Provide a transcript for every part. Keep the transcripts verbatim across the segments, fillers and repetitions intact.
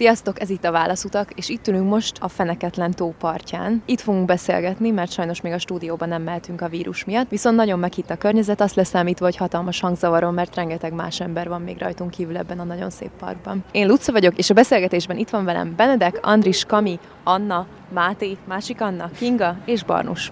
Sziasztok, ez itt a Válaszutak, és itt ülünk most a Feneketlen tó partján. Itt fogunk beszélgetni, mert sajnos még a stúdióban nem mehetünk a vírus miatt, viszont nagyon meghitt a környezet, azt leszámítva, hogy hatalmas hangzavaron, mert rengeteg más ember van még rajtunk kívül ebben a nagyon szép parkban. Én Luca vagyok, és a beszélgetésben itt van velem Benedek, Andris, Kami, Anna, Máté, másik Anna, Kinga és Barnus.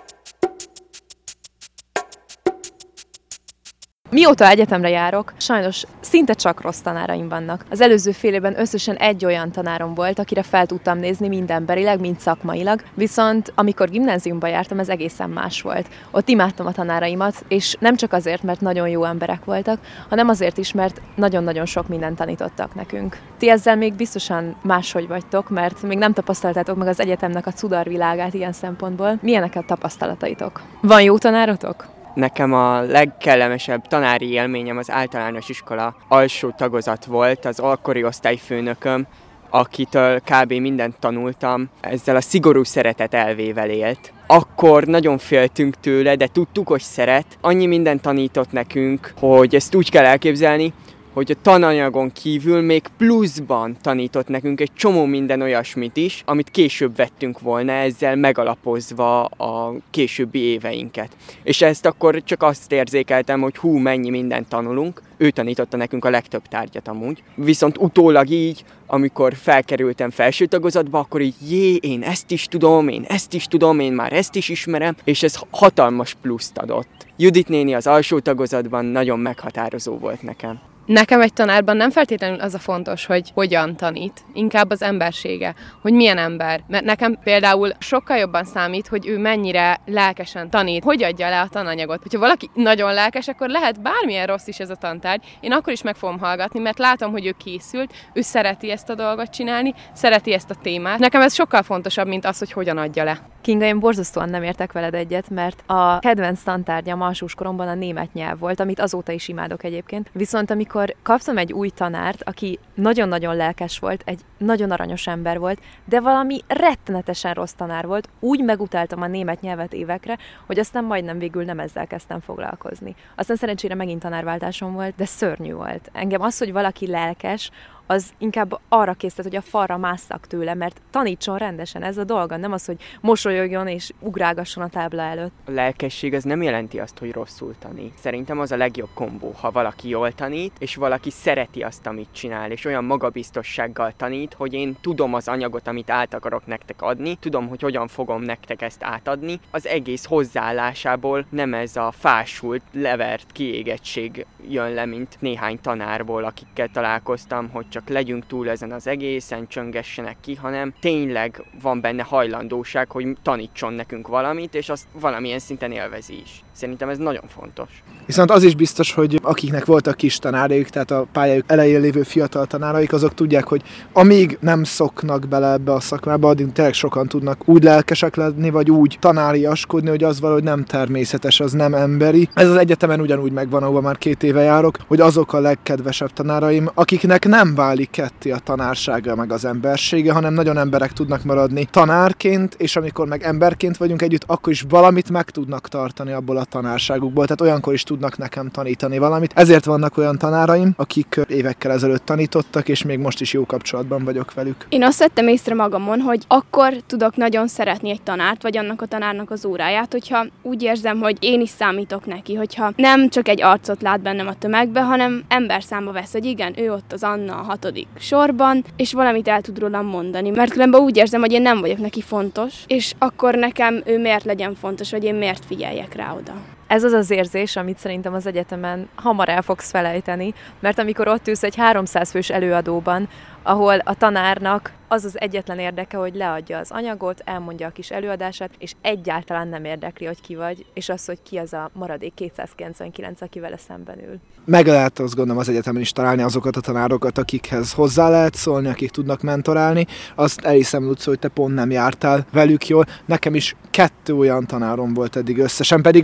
Mióta egyetemre járok, sajnos szinte csak rossz tanáraim vannak. Az előző fél évben összesen egy olyan tanárom volt, akire fel tudtam nézni mind emberileg, mind szakmailag, viszont amikor gimnáziumba jártam, ez egészen más volt. Ott imádtam a tanáraimat, és nem csak azért, mert nagyon jó emberek voltak, hanem azért is, mert nagyon-nagyon sok mindent tanítottak nekünk. Ti ezzel még biztosan máshogy vagytok, mert még nem tapasztaltátok meg az egyetemnek a cudarvilágát ilyen szempontból. Milyenek a tapasztalataitok? Van jó tanárotok? Nekem a legkellemesebb tanári élményem az általános iskola alsó tagozat volt, az akkori osztályfőnököm, akitől kb. Mindent tanultam, ezzel a szigorú szeretet elvével élt. Akkor nagyon féltünk tőle, de tudtuk, hogy szeret. Annyi mindent tanított nekünk, hogy ezt úgy kell elképzelni, hogy a tananyagon kívül még pluszban tanított nekünk egy csomó minden olyasmit is, amit később vettünk volna, ezzel megalapozva a későbbi éveinket. És ezt akkor csak azt érzékeltem, hogy hú, mennyi mindent tanulunk. Ő tanította nekünk a legtöbb tárgyat amúgy. Viszont utólag így, amikor felkerültem felső tagozatba, akkor így jé, én ezt is tudom, én ezt is tudom, én már ezt is ismerem, és ez hatalmas pluszt adott. Judit néni az alsó tagozatban nagyon meghatározó volt nekem. Nekem egy tanárban nem feltétlenül az a fontos, hogy hogyan tanít, inkább az embersége, hogy milyen ember. Mert nekem például sokkal jobban számít, hogy ő mennyire lelkesen tanít, hogy adja le a tananyagot. Hogyha valaki nagyon lelkes, akkor lehet bármilyen rossz is ez a tantárgy, én akkor is meg fogom hallgatni, mert látom, hogy ő készült, ő szereti ezt a dolgot csinálni, szereti ezt a témát. Nekem ez sokkal fontosabb, mint az, hogy hogyan adja le. Kinga, én borzasztóan nem értek veled egyet, mert a kedvenc tantárgyam alsós koromban a német nyelv volt, amit azóta is imádok egyébként. Viszont amikor kaptam egy új tanárt, aki nagyon-nagyon lelkes volt, egy nagyon aranyos ember volt, de valami rettenetesen rossz tanár volt, úgy megutáltam a német nyelvet évekre, hogy aztán majdnem végül nem ezzel kezdtem foglalkozni. Aztán szerencsére megint tanárváltásom volt, de szörnyű volt. Engem az, hogy valaki lelkes, az inkább arra késztet, hogy a falra másszak tőle, mert tanítson rendesen, ez a dolga, nem az, hogy mosolyogjon és ugrálgasson a tábla előtt. A lelkesség az nem jelenti azt, hogy rosszul tanít. Szerintem az a legjobb kombó, ha valaki jól tanít, és valaki szereti azt, amit csinál, és olyan magabiztossággal tanít, hogy én tudom az anyagot, amit át akarok nektek adni, tudom, hogy hogyan fogom nektek ezt átadni. Az egész hozzáállásából nem ez a fásult, levert kiégettség jön le, mint néhány tanárból, akikkel találkoztam, hogy csak legyünk túl ezen az egészen, csöngessenek ki, hanem tényleg van benne hajlandóság, hogy tanítson nekünk valamit, és azt valamilyen szinten élvezi is. Szerintem ez nagyon fontos. Viszont az is biztos, hogy akiknek voltak kis tanáraik, tehát a pályájuk elején lévő fiatal tanáraik, azok tudják, hogy amíg nem szoknak bele ebbe a szakmába, addig tényleg sokan tudnak úgy lelkesek lenni, vagy úgy tanáriaskodni, hogy az valahogy nem természetes, az nem emberi. Ez az egyetemen ugyanúgy megvan, ahova már két éve járok, hogy azok a legkedvesebb tanáraim, akiknek nem válik ketté a tanársága meg az embersége, hanem nagyon emberek tudnak maradni tanárként, és amikor meg emberként vagyunk együtt, akkor is valamit meg tudnak tartani abból a tanárságukból, tehát olyankor is tudnak nekem tanítani valamit. Ezért vannak olyan tanáraim, akik évekkel ezelőtt tanítottak, és még most is jó kapcsolatban vagyok velük. Én azt vettem észre magamon, hogy akkor tudok nagyon szeretni egy tanárt, vagy annak a tanárnak az óráját, hogyha úgy érzem, hogy én is számítok neki, hogyha nem csak egy arcot lát bennem a tömegbe, hanem emberszámba vesz, hogy igen, ő ott az Anna a hatodik sorban, és valamit el tud rólam mondani, mert különben úgy érzem, hogy én nem vagyok neki fontos, és akkor nekem ő miért legyen fontos, vagy én miért figyeljek rá oda. Ez az az érzés, amit szerintem az egyetemen hamar el fogsz felejteni, mert amikor ott ülsz egy háromszáz fős előadóban, ahol a tanárnak az az egyetlen érdeke, hogy leadja az anyagot, elmondja a kis előadását, és egyáltalán nem érdekli, hogy ki vagy, és az, hogy ki az a maradék kétszázkilencvenkilenc, aki vele szemben ül. Meg lehet azt gondolom az egyetemen is találni azokat a tanárokat, akikhez hozzá lehet szólni, akik tudnak mentorálni. Azt elhiszem, Luca, hogy te pont nem jártál velük jól. Nekem is kettő olyan tanárom volt eddig összesen, pedig ugye itt fél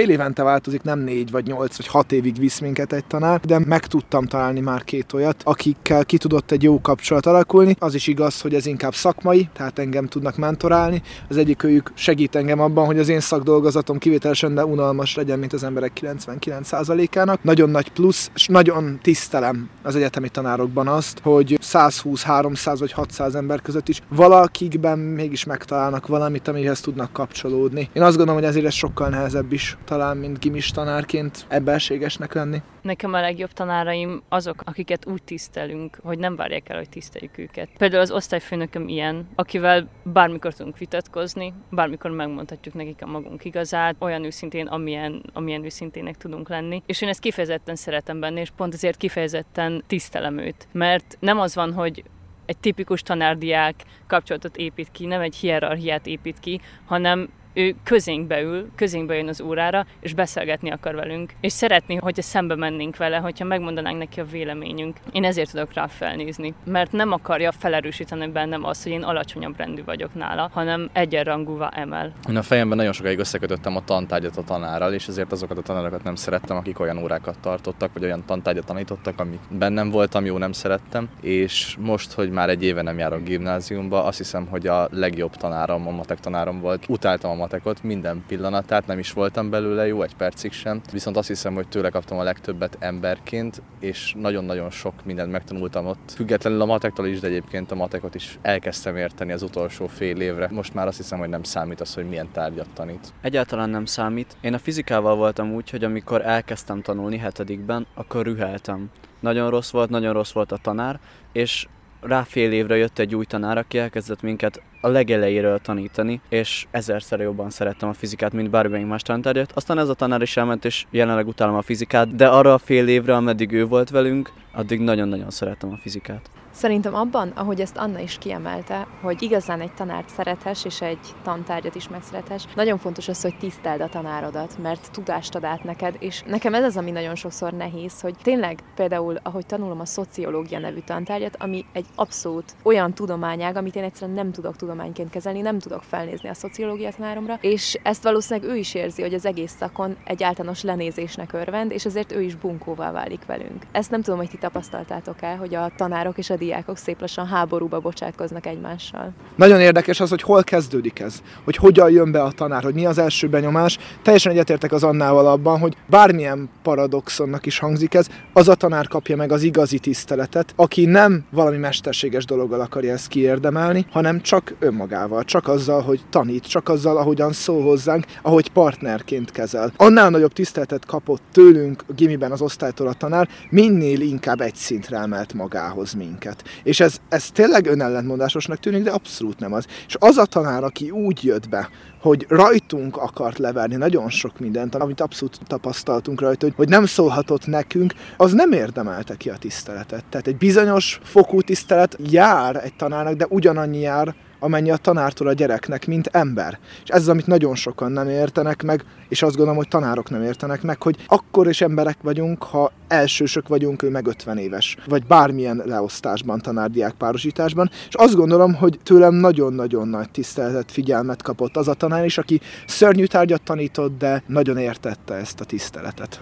fél évente változik, nem négy vagy nyolc vagy hat évig visz minket egy tanár, de meg tudtam találni már két olyat, akikkel ki tudott egy jó kapcsolat alakulni. Az is igaz, hogy ez inkább szakmai, tehát engem tudnak mentorálni. Az egyik őjük segít engem abban, hogy az én szakdolgozatom kivételesen, de unalmas legyen, mint az emberek kilencvenkilenc százalékának. Nagyon nagy plusz, és nagyon tisztelem az egyetemi tanárokban azt, hogy százhúsz, háromszáz vagy hatszáz ember között is valakikben mégis megtalálnak valamit, amihez tudnak kapcsolódni. Én azt gondolom, hogy ezért ez sokkal nehezebb is talán, mint gimis tanárként emberségesnek lenni. Nekem a legjobb tanáraim azok, akiket úgy tisztelünk, hogy nem várják el, hogy tiszteljük őket. Például az osztályfőnököm ilyen, akivel bármikor tudunk vitatkozni, bármikor megmondhatjuk nekik a magunk igazát, olyan őszintén, amilyen, amilyen őszintének tudunk lenni. És én ezt kifejezetten szeretem benne, és pont ezért kifejezetten tisztelem őt. Mert nem az van, hogy egy tipikus tanárdiák kapcsolatot épít ki, nem egy hierarchiát épít ki, hanem ő közénk beül, közénk bejön az órára, és beszélgetni akar velünk. És szeretné, hogyha szembe mennénk vele, hogyha megmondanánk neki a véleményünk. Én ezért tudok rá felnézni. Mert nem akarja felerősíteni bennem azt, hogy én alacsonyabb rendű vagyok nála, hanem egyenrangúvá emel. Én a fejemben nagyon sokáig összekötöttem a tantárgyat a tanárral, és ezért azokat a tanárokat nem szerettem, akik olyan órákat tartottak, vagy olyan tantárgyat tanítottak, amik bennem voltam, jó, nem szerettem. És most, hogy már egy éve nem járok gimnáziumba, azt hiszem, hogy a legjobb tanárom, a matek tanárom volt. Utáltam a matekot minden pillanatát, nem is voltam belőle jó, egy percig sem. Viszont azt hiszem, hogy tőle kaptam a legtöbbet emberként, és nagyon-nagyon sok mindent megtanultam ott. Függetlenül a matektól is, de egyébként a matekot is elkezdtem érteni az utolsó fél évre. Most már azt hiszem, hogy nem számít az, hogy milyen tárgyat tanít. Egyáltalán nem számít. Én a fizikával voltam úgy, hogy amikor elkezdtem tanulni hetedikben, akkor rüheltem. Nagyon rossz volt, nagyon rossz volt a tanár, és rá fél évre jött egy új tanár, aki elkezdett minket a legelejéről tanítani, és ezerszer jobban szerettem a fizikát, mint bármelyik más tantárgyat. Aztán ez a tanár is elment, és jelenleg utálom a fizikát, de arra a fél évre, ameddig ő volt velünk, addig nagyon-nagyon szerettem a fizikát. Szerintem abban, ahogy ezt Anna is kiemelte, hogy igazán egy tanárt szerethess, és egy tantárgyat is megszerethess, nagyon fontos az, hogy tiszteld a tanárodat, mert tudást ad át neked, és nekem ez az, ami nagyon sokszor nehéz, hogy tényleg például, ahogy tanulom a szociológia nevű tantárgyat, ami egy abszolút olyan tudományág, amit én egyszerűen nem tudok tudományként kezelni, nem tudok felnézni a szociológia tanáromra, és ezt valószínűleg ő is érzi, hogy az egész szakon egy általános lenézésnek örvend, és ezért ő is bunkóvá válik velünk. Ezt nem tudom, hogy ti tapasztaltátok el, hogy a tanárok és a diákok szép lassan háborúba bocsátkoznak egymással. Nagyon érdekes az, hogy hol kezdődik ez, hogy hogyan jön be a tanár, hogy mi az első benyomás. Teljesen egyetértek az Annával abban, hogy bármilyen paradoxonnak is hangzik ez, az a tanár kapja meg az igazi tiszteletet, aki nem valami mesterséges dologgal akarja ezt kiérdemelni, hanem csak önmagával, csak azzal, hogy tanít, csak azzal, ahogyan szól hozzánk, ahogy partnerként kezel. Annál nagyobb tiszteletet kapott tőlünk a gimiben az osztálytól a tanár, minél inkább egy szintre emelt magához minket. És ez, ez tényleg önellentmondásosnak tűnik, de abszolút nem az. És az a tanár, aki úgy jött be, hogy rajtunk akart leverni nagyon sok mindent, amit abszolút tapasztaltunk rajta, hogy, hogy nem szólhatott nekünk, az nem érdemelte ki a tiszteletet. Tehát egy bizonyos fokú tisztelet jár egy tanárnak, de ugyanannyi jár, amennyi a tanártól a gyereknek, mint ember. És ez az, amit nagyon sokan nem értenek meg, és azt gondolom, hogy tanárok nem értenek meg, hogy akkor is emberek vagyunk, ha elsősök vagyunk, ő meg ötven éves, vagy bármilyen leosztásban, tanár-diák párosításban, és azt gondolom, hogy tőlem nagyon-nagyon nagy tiszteletet, figyelmet kapott az a tanár is, aki szörnyű tárgyat tanított, de nagyon értette ezt a tiszteletet.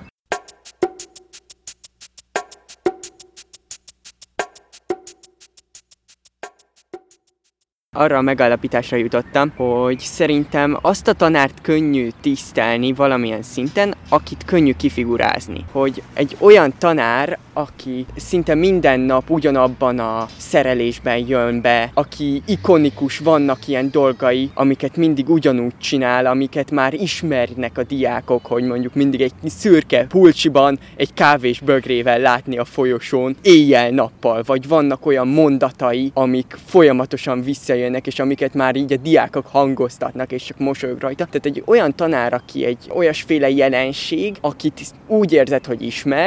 Arra a megállapításra jutottam, hogy szerintem azt a tanárt könnyű tisztelni valamilyen szinten, akit könnyű kifigurázni. Hogy egy olyan tanár, aki szinte minden nap ugyanabban a szerelésben jön be, aki ikonikus, vannak ilyen dolgai, amiket mindig ugyanúgy csinál, amiket már ismernek a diákok, hogy mondjuk mindig egy szürke pulcsiban egy kávés bögrével látni a folyosón éjjel-nappal, vagy vannak olyan mondatai, amik folyamatosan visszajönnek, és amiket már így a diákok hangoztatnak, és csak mosolyog rajta. Tehát egy olyan tanár, aki egy olyasféle jelenség, akit úgy érzed, hogy ismersz,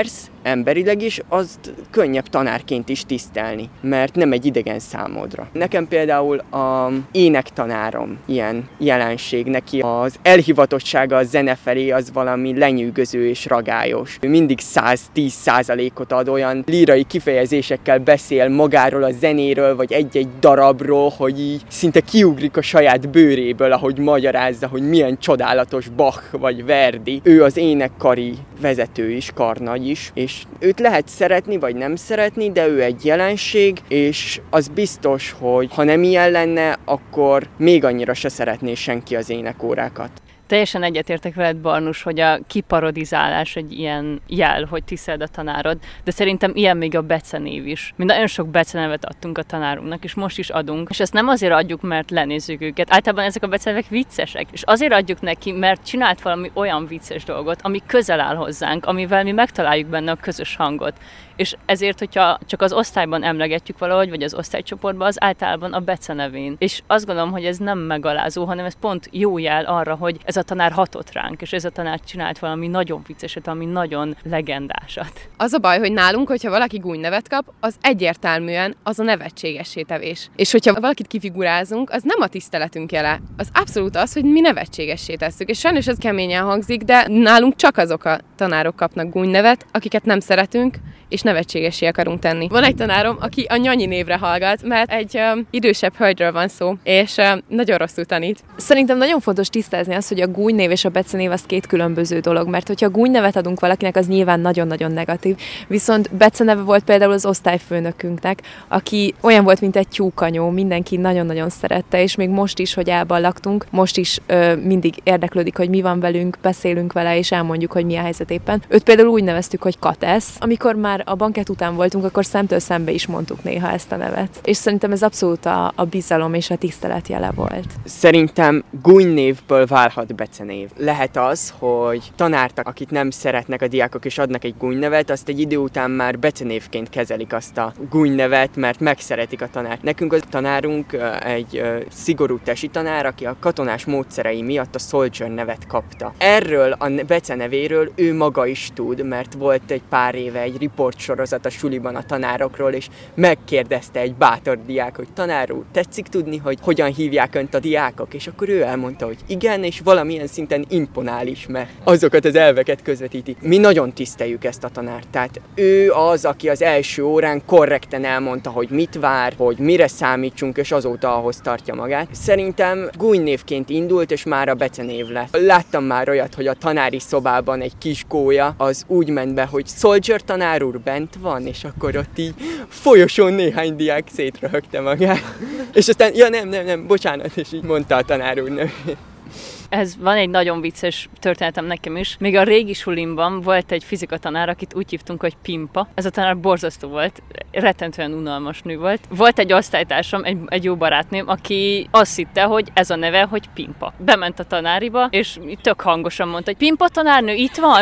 emberileg is, azt könnyebb tanárként is tisztelni, mert nem egy idegen számodra. Nekem például a énektanárom ilyen jelenség, neki az elhivatottsága a zene felé az valami lenyűgöző és ragályos. Ő mindig száz tíz százalékot ad, olyan lírai kifejezésekkel beszél magáról a zenéről, vagy egy-egy darabról, hogy így szinte kiugrik a saját bőréből, ahogy magyarázza, hogy milyen csodálatos Bach vagy Verdi. Ő az énekkari vezető is, karnagy is, és őt lehet szeretni, vagy nem szeretni, de ő egy jelenség, és az biztos, hogy ha nem ilyen lenne, akkor még annyira se szeretné senki az énekórákat. Teljesen egyetértek veled, Barnus, hogy a kiparodizálás egy ilyen jel, hogy tiszteld a tanárod, de szerintem ilyen még a becenév is. Mi nagyon sok becenevet adtunk a tanárunknak, és most is adunk, és ezt nem azért adjuk, mert lenézzük őket. Általában ezek a becenevek viccesek, és azért adjuk neki, mert csinált valami olyan vicces dolgot, ami közel áll hozzánk, amivel mi megtaláljuk benne a közös hangot. És ezért, hogyha csak az osztályban emlegetjük valahogy, vagy az osztálycsoportban, az általában a becenevén. És azt gondolom, hogy ez nem megalázó, hanem ez pont jó jel arra, hogy ez a tanár hatott ránk, és ez a tanár csinált valami nagyon vicceset, valami nagyon legendásat. Az a baj, hogy nálunk, hogyha valaki gúnynevet kap, az egyértelműen az a nevetségessé tevés. És hogyha valakit kifigurázunk, az nem a tiszteletünk jele. Az abszolút az, hogy mi nevetségessé tesszük. És sajnos ez keményen hangzik, de nálunk csak azok a tanárok kapnak gúnynevet, akiket nem szeretünk, és nevetségessé akarunk tenni. Van egy tanárom, aki a Nyanyi névre hallgat, mert egy um, idősebb hölgyről van szó, és um, nagyon rosszul tanít. Szerintem nagyon fontos tisztázni azt, hogy a gúnynév és a becenév az két különböző dolog, mert hogyha gúnynevet adunk valakinek, az nyilván nagyon-nagyon negatív. Viszont beceneve volt például az osztályfőnökünknek, aki olyan volt, mint egy tyúkanyó, mindenki nagyon-nagyon szerette, és még most is, hogy álban laktunk, most is ö, mindig érdeklődik, hogy mi van velünk, beszélünk vele, és elmondjuk, hogy mi a helyzet éppen. Őt például úgy neveztük, hogy Katesz. Amikor már a bankett után voltunk, akkor szemtől szembe is mondtuk néha ezt a nevet. És szerintem ez abszolút a, a bizalom és a tisztelet jele volt. Szerintem gúnynévből válhat becenév. Lehet az, hogy tanárt, akit nem szeretnek a diákok és adnak egy gúnynevet, azt egy idő után már becenévként kezelik azt a gúnynevet, mert megszeretik a tanárt. Nekünk a tanárunk egy szigorú tesi tanár, aki a katonás módszerei miatt a Soldier nevet kapta. Erről a becenevéről ő maga is tud, mert volt egy pár éve egy riportsorozat a suliban a tanárokról, és megkérdezte egy bátor diák, hogy tanár úr, tetszik tudni, hogy hogyan hívják önt a diákok? És akkor ő elmondta, hogy igen, és valamilyen szinten imponál is, mert azokat az elveket közvetíti. Mi nagyon tiszteljük ezt a tanárt. Tehát ő az, aki az első órán korrekten elmondta, hogy mit vár, hogy mire számítsunk, és azóta ahhoz tartja magát. Szerintem gúnynévként indult, és már a becenév lett. Láttam már olyat, hogy a tanári szobában egy kis gólya az úgy ment be, hogy Soldier tanár úr bent van, és akkor ott így folyosón néhány diák szétröhögte magát. És aztán, ja nem, nem, nem, bocsánat, és így mondta a tanár úr nevét. Ez van egy nagyon vicces történetem nekem is. Még a régi sulimban volt egy fizikatanár, akit úgy hívtunk, hogy Pimpa. Ez a tanár borzasztó volt, rettentően unalmas nő volt. Volt egy osztálytársam, egy, egy jó barátnőm, aki azt hitte, hogy ez a neve, hogy Pimpa. Bement a tanáriba, és tök hangosan mondta, hogy Pimpa tanárnő, itt van?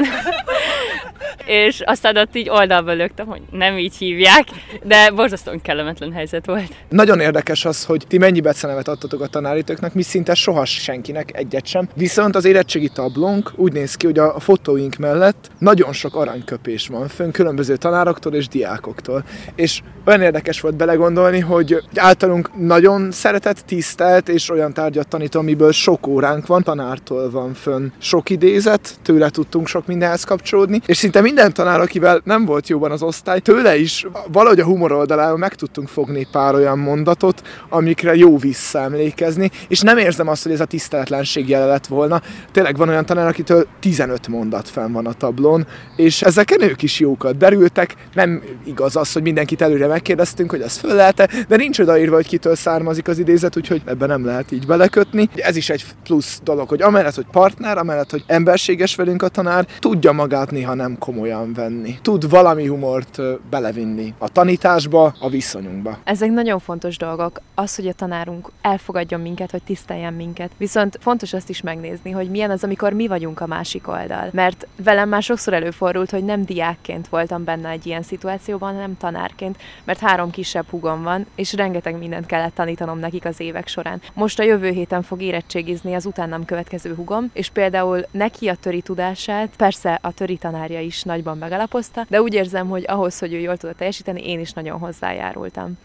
És aztán ott így oldalba lögtem, hogy nem így hívják, de borzasztóan kellemetlen helyzet volt. Nagyon érdekes az, hogy ti mennyi becenevet adtatok a tanáritoknak, mi szinte soha senkinek egyet sem. Viszont az érettségi tablónk úgy néz ki, hogy a fotóink mellett nagyon sok aranyköpés van fönn különböző tanároktól és diákoktól. És olyan érdekes volt belegondolni, hogy általunk nagyon szeretett, tisztelt és olyan tárgyat tanít, amiből sok óránk van, tanártól van fönn sok idézet, tőle tudtunk sok mindenhez kapcsolódni, és szinte minden tanár, akivel nem volt jóban az osztály, tőle is valahogy a humor oldaláról meg tudtunk fogni pár olyan mondatot, amikre jó visszaemlékezni, és nem érzem azt, hogy ez a tiszteletlenség jele lett volna. Tényleg van olyan tanár, akitől tizenöt mondat fenn van a tablón, és ezeken ők is jókat derültek. Nem igaz az, hogy mindenkit előre megkérdeztünk, hogy ez föl lehet-e, de nincs odaírva, hogy kitől származik az idézet, úgyhogy ebben nem lehet így belekötni. Ez is egy plusz dolog, hogy amellett, hogy partner, amellett, hogy emberséges velünk a tanár, tudja magát néha nem komolyan venni. Tud valami humort belevinni a tanításba, a viszonyunkba. Ezek nagyon fontos dolgok. Az, hogy a tanárunk elfogadjon minket, hogy tiszteljen minket. Viszont fontos azt is megnézni, hogy milyen az, amikor mi vagyunk a másik oldal. Mert velem már sokszor előfordult, hogy nem diákként voltam benne egy ilyen szituációban, hanem tanárként, mert három kisebb húgom van, és rengeteg mindent kellett tanítanom nekik az évek során. Most a jövő héten fog érettségizni az utánam következő húgom, és például neki a töri tudását, persze a töri tanárja is is nagyban megalapozta, de úgy érzem, hogy ahhoz, hogy ő jól tudott teljesíteni, én is nagyon hozzájárultam.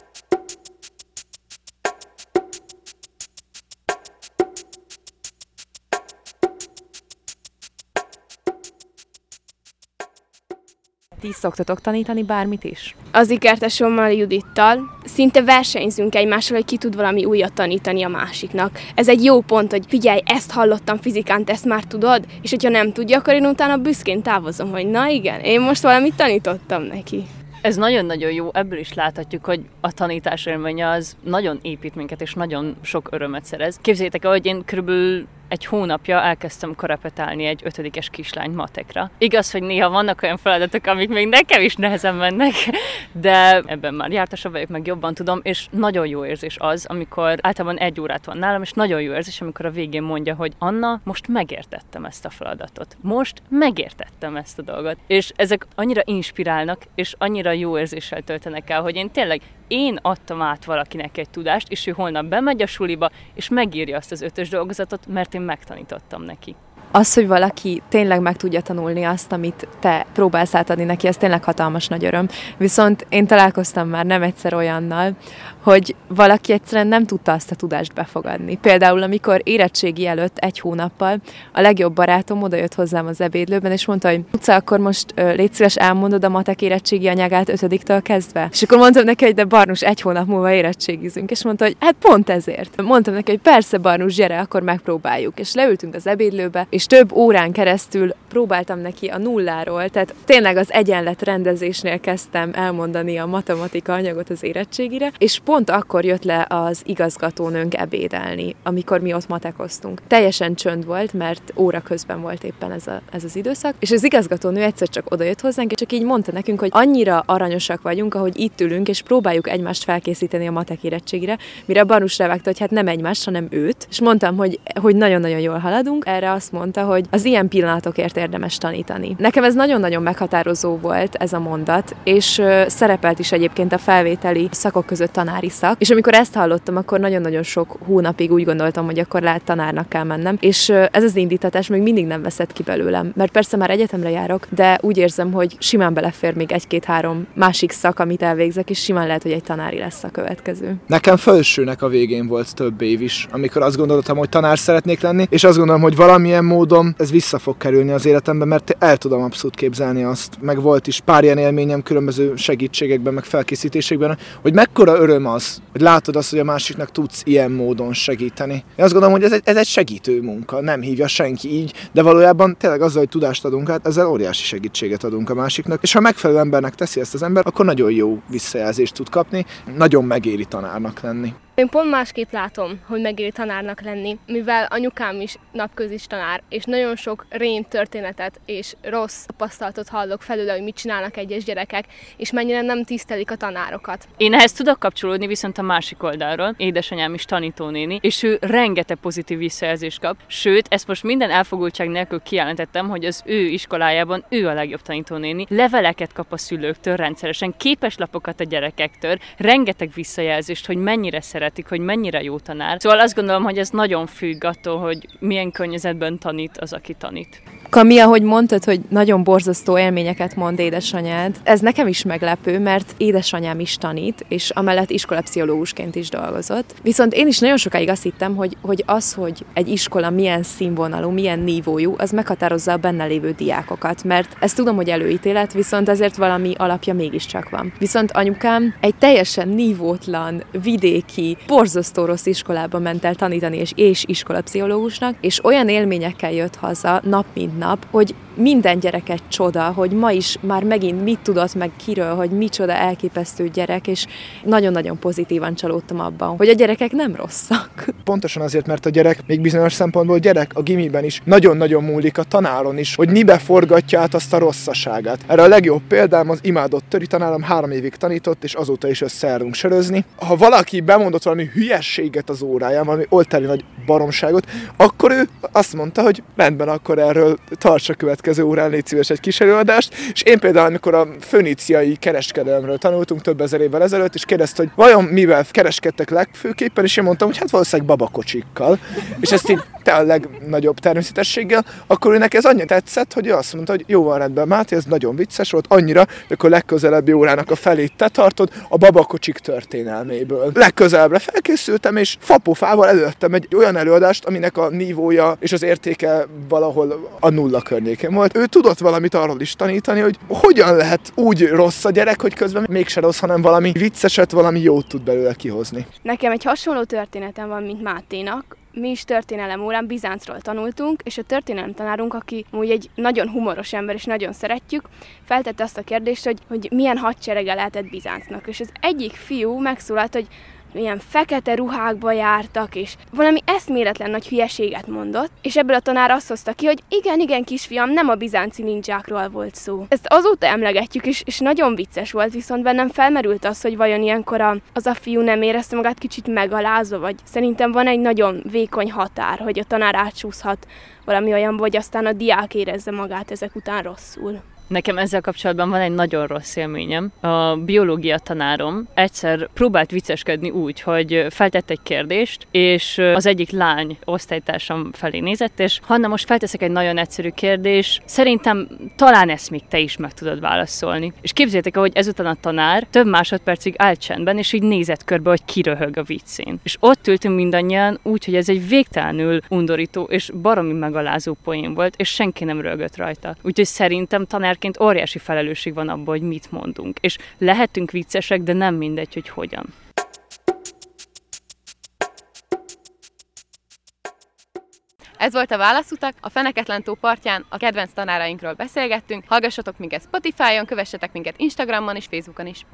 Ti szoktatok tanítani bármit is? Az ikertesommal, Judittal szinte versenyzünk egymással, hogy ki tud valami újat tanítani a másiknak. Ez egy jó pont, hogy figyelj, ezt hallottam fizikán, te ezt már tudod? És hogyha nem tudja, akkor én utána büszkén távozom, hogy na igen, én most valamit tanítottam neki. Ez nagyon-nagyon jó, ebből is láthatjuk, hogy a tanítás élménye az nagyon épít minket, és nagyon sok örömet szerez. Képzeljétek el, hogy én körülbelül egy hónapja elkezdtem korepetálni egy ötödikes kislány matekra. Igaz, hogy néha vannak olyan feladatok, amik még nekem is nehezen mennek, de ebben már jártasabb vagyok, meg jobban tudom, és nagyon jó érzés az, amikor általában egy órát van nálam, és nagyon jó érzés, amikor a végén mondja, hogy Anna, most megértettem ezt a feladatot. Most megértettem ezt a dolgot. És ezek annyira inspirálnak, és annyira jó érzéssel töltenek el, hogy én tényleg én adtam át valakinek egy tudást, és ő holnap bemegy a suliba, és megírja azt az ötös dolgozatot, mert én megtanítottam neki. Az, hogy valaki tényleg meg tudja tanulni azt, amit te próbálsz átadni neki, ez tényleg hatalmas nagy öröm. Viszont én találkoztam már nem egyszer olyannal, hogy valaki egyszerűen nem tudta azt a tudást befogadni. Például, amikor érettségi előtt egy hónappal a legjobb barátom odajött hozzám az ebédlőben, és mondta, hogy Luca, akkor most uh, légy szíves, elmondod a matek érettségi anyagát ötödiktől kezdve. És akkor mondtam neki, hogy de Barnus, egy hónap múlva érettségizünk. És mondta, hogy hát pont ezért. Mondtam neki, hogy persze Barnus, gyere, akkor megpróbáljuk. És leültünk az ebédlőbe, és több órán keresztül próbáltam neki a nulláról, tehát tényleg az egyenletrendezésnél kezdtem elmondani a matematika anyagot az érettségire, és pont akkor jött le az igazgatónőnk ebédelni, amikor mi ott matekoztunk. Teljesen csönd volt, mert óra közben volt éppen ez, a, ez az időszak, és az igazgatónő egyszer csak odajött hozzánk, és csak így mondta nekünk, hogy annyira aranyosak vagyunk, ahogy itt ülünk, és próbáljuk egymást felkészíteni a matek érettségire, mire a Barnus revágta, hogy hát nem egymást, hanem őt, és mondtam, hogy, hogy nagyon-nagyon jól haladunk. Erre azt mondta, hogy az ilyen pillanatokért érdemes tanítani. Nekem ez nagyon-nagyon meghatározó volt ez a mondat, és uh, szerepelt is egyébként a felvételi szakok között tanári szak, és amikor ezt hallottam, akkor nagyon-nagyon sok hónapig úgy gondoltam, hogy akkor lehet tanárnak kell mennem, és uh, ez az indítatás még mindig nem veszett ki belőlem, mert persze már egyetemre járok, de úgy érzem, hogy simán belefér még egy-két-három másik szak, amit elvégzek, és simán lehet, hogy egy tanári lesz a következő. Nekem felsőnek a végén volt több év is, amikor azt gondoltam, hogy tanár szeretnék lenni, és azt gondolom, hogy valamilyen módon ez vissza fog kerülni az életemben, mert el tudom abszolút képzelni azt, meg volt is pár ilyen élményem különböző segítségekben, meg felkészítésekben, hogy mekkora öröm az, hogy látod azt, hogy a másiknak tudsz ilyen módon segíteni. Én azt gondolom, hogy ez egy, ez egy segítő munka, nem hívja senki így, de valójában tényleg azzal, hogy tudást adunk át, ezzel óriási segítséget adunk a másiknak, és ha megfelelő embernek teszi ezt az ember, akkor nagyon jó visszajelzést tud kapni, nagyon megéri tanárnak lenni. Én pont másképp látom, hogy megéri tanárnak lenni, mivel anyukám is napközis tanár, és nagyon sok rém történetet és rossz tapasztalatot hallok felőle, hogy mit csinálnak egyes gyerekek, és mennyire nem tisztelik a tanárokat. Én ehhez tudok kapcsolódni viszont a másik oldalról. Édesanyám is tanítónéni, és ő rengeteg pozitív visszajelzést kap. Sőt, ezt most minden elfogultság nélkül kijelentettem, hogy az ő iskolájában ő a legjobb tanítónéni. Leveleket kap a szülőktől rendszeresen, képeslapokat a gyerekektől, rengeteg visszajelzést, hogy mennyire szeretik, hogy mennyire jó tanár. Szóval azt gondolom, hogy ez nagyon függ attól, hogy milyen környezetben tanít az, aki tanít. Kami, ahogy mondtad, hogy nagyon borzasztó élményeket mond édesanyád, ez nekem is meglepő, mert édesanyám is tanít, és amellett iskolapszichológusként is dolgozott. Viszont én is nagyon sokáig azt hittem, hogy, hogy az, hogy egy iskola milyen színvonalú, milyen nívójú, az meghatározza a benne lévő diákokat, mert ezt tudom, hogy előítélet, viszont ezért valami alapja mégiscsak van. Viszont anyukám egy teljesen nívótlan, vidéki, borzasztó rossz iskolába ment el tanítani, és, és iskolapszichológusnak, és olyan élményekkel jött haza nap mint nap, hogy minden gyerek egy csoda, hogy ma is már megint mit tudott meg kiről, hogy micsoda elképesztő gyerek, és nagyon-nagyon pozitívan csalódtam abban, hogy a gyerekek nem rosszak. Pontosan azért, mert a gyerek még bizonyos szempontból gyerek a gimiben is nagyon-nagyon múlik a tanáron is, hogy mibe forgatja át azt a rosszaságát. Erre a legjobb példám az imádott töri tanárom, három évig tanított, és azóta is összejárunk sörözni. Ha valaki bemondott valami hülyességet az óráján, valami oltári nagy baromságot, akkor ő azt mondta, hogy rendben, akkor erről tartsa következő órán, légy szíves egy kis előadást, és én például, amikor a föníciai kereskedelemről tanultunk több ezer évvel ezelőtt, és kérdezte, hogy vajon mivel kereskedtek legfőképpen, és én mondtam, hogy hát valószínűleg babakocsikkal, és ezt így te a legnagyobb természetességgel, akkor őnek ez annyira tetszett, hogy ő azt mondta, hogy jó van, rendben, Máté, ez nagyon vicces volt, annyira, hogy akkor legközelebbi órának a felét te tartod a babakocsik történelméből. Legközelebbre felkészültem, és fapofával előttem egy olyan előadást, aminek a nívója és az értéke valahol a nulla környékén volt. Ő tudott valamit arról is tanítani, hogy hogyan lehet úgy rossz a gyerek, hogy közben mégse rossz, hanem valami vicceset, valami jót tud belőle kihozni. Nekem egy hasonló történetem van, mint Máténak. Mi is történelem órán Bizáncról tanultunk, és a történelem tanárunk, aki úgy egy nagyon humoros ember, és nagyon szeretjük, feltette azt a kérdést, hogy, hogy milyen hadserege lehetett Bizáncnak. És az egyik fiú megszólalt, hogy milyen fekete ruhákba jártak, és valami eszméletlen nagy hülyeséget mondott, és ebből a tanár azt hozta ki, hogy igen, igen, kisfiam, nem a bizánci ninjákról volt szó. Ezt azóta emlegetjük, és, és nagyon vicces volt, viszont bennem felmerült az, hogy vajon ilyenkor a, az a fiú nem érezte magát kicsit megalázva, vagy szerintem van egy nagyon vékony határ, hogy a tanár átsúszhat valami olyanba, hogy aztán a diák érezze magát ezek után rosszul. Nekem ezzel kapcsolatban van egy nagyon rossz élményem. A biológia tanárom egyszer próbált vicceskedni úgy, hogy feltett egy kérdést, és az egyik lány osztálytársam felé nézett, és Hanna, most felteszek egy nagyon egyszerű kérdés, szerintem talán ezt még te is meg tudod válaszolni. És képzeljétek el, hogy ezután a tanár több másodpercig állt csendben, és így nézett körbe, hogy kiröhög a viccén. És ott ültünk mindannyian úgy, hogy ez egy végtelenül undorító és baromi megalázó poén volt, és senki nem röhögött rajta. Úgyhogy szerintem tanár óriási felelősség van abban, hogy mit mondunk. És lehetünk viccesek, de nem mindegy, hogy hogyan. Ez volt a Válaszutak, a Feneketlen tó partján a kedvenc tanárainkról beszélgettünk. Hallgassatok minket Spotify-on, kövessetek minket Instagramon és Facebookon is.